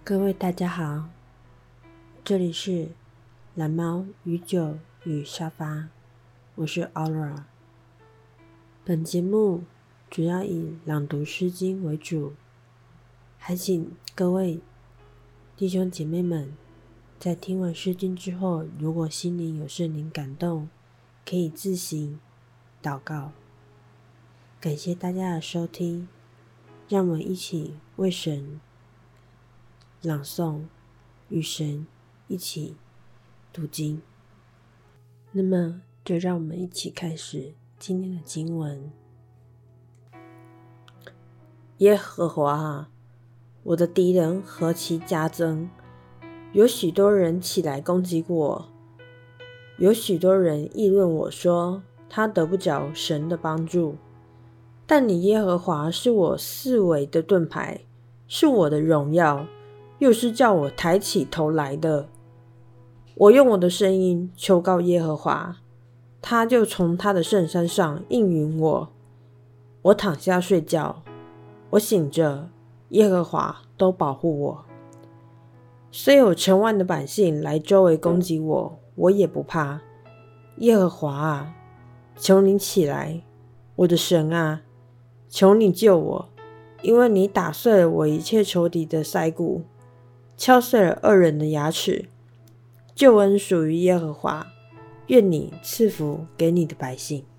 各位大家好，这里是蓝猫与酒与沙发，我是 Aura。 本节目主要以朗读诗经为主，还请各位弟兄姐妹们在听完诗经之后，如果心灵有圣灵感动，可以自行祷告。感谢大家的收听，让我们一起为神朗诵，与神一起读经。那么就让我们一起开始今天的经文。耶和华啊，我的敌人何其加增，有许多人起来攻击我，有许多人议论我说，他得不着神的帮助。但你耶和华是我四围的盾牌，是我的荣耀，又是叫我抬起头来的。我用我的声音求告耶和华，他就从他的圣山上应允我。我躺下睡觉，我醒着，耶和华都保护我。虽有成万的百姓来周围攻击我，我也不怕。耶和华啊，求你起来，我的神啊，求你救我，因为你打碎了我一切仇敌的腮骨，敲碎了恶人的牙齿。救恩属于耶和华，愿你赐福给你的百姓。